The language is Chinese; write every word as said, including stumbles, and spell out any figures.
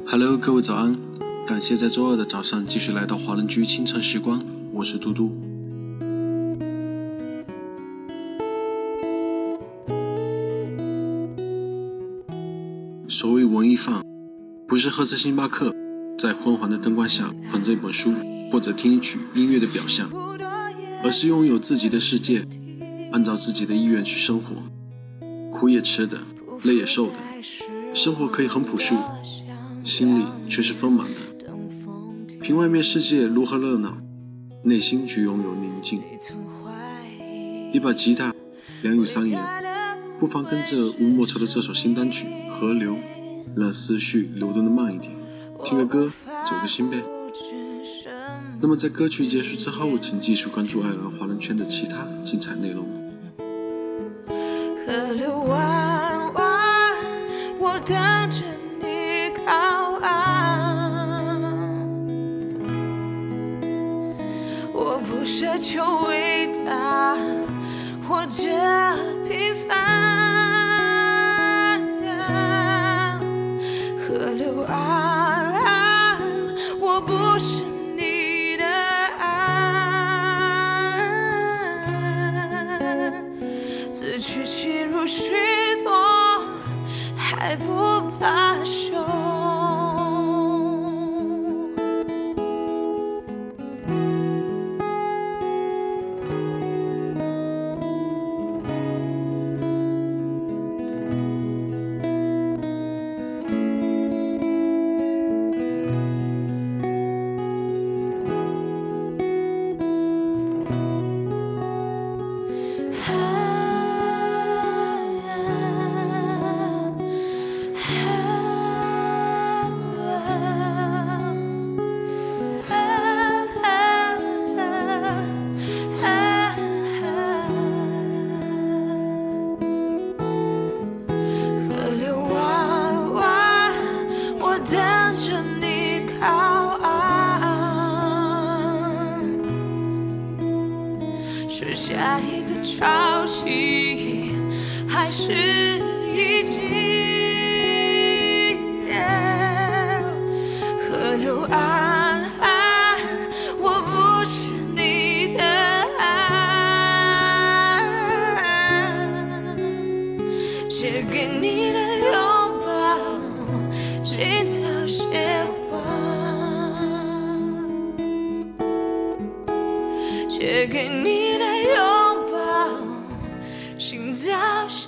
Hello， 各位早安！感谢在周二的早上继续来到华人居清晨时光，我是嘟嘟。所谓文艺范，不是喝在星巴克，在昏黄的灯光下捧着一本书或者听一曲音乐的表象，而是拥有自己的世界，按照自己的意愿去生活，苦也吃的，累也受的，生活可以很朴素，心里却是丰满的。凭外面世界如何热闹，内心却拥有宁静。一把吉他，两语三言，不妨跟着吴莫愁的这首新单曲《河流》，让思绪流动的慢一点，听个歌，走个心呗。那么在歌曲结束之后，请继续关注爱尔兰华人圈的其他精彩内容。 河流弯弯，我等着你靠岸，我不奢求伟大或者平凡，河流岸，我不是你的岸，自取其辱许多，还不罢休。等着你靠岸，是下一个潮汐，还是已经？河流岸，我不是你的岸，写给你的拥抱，心跳写完，写给你的拥抱，心跳写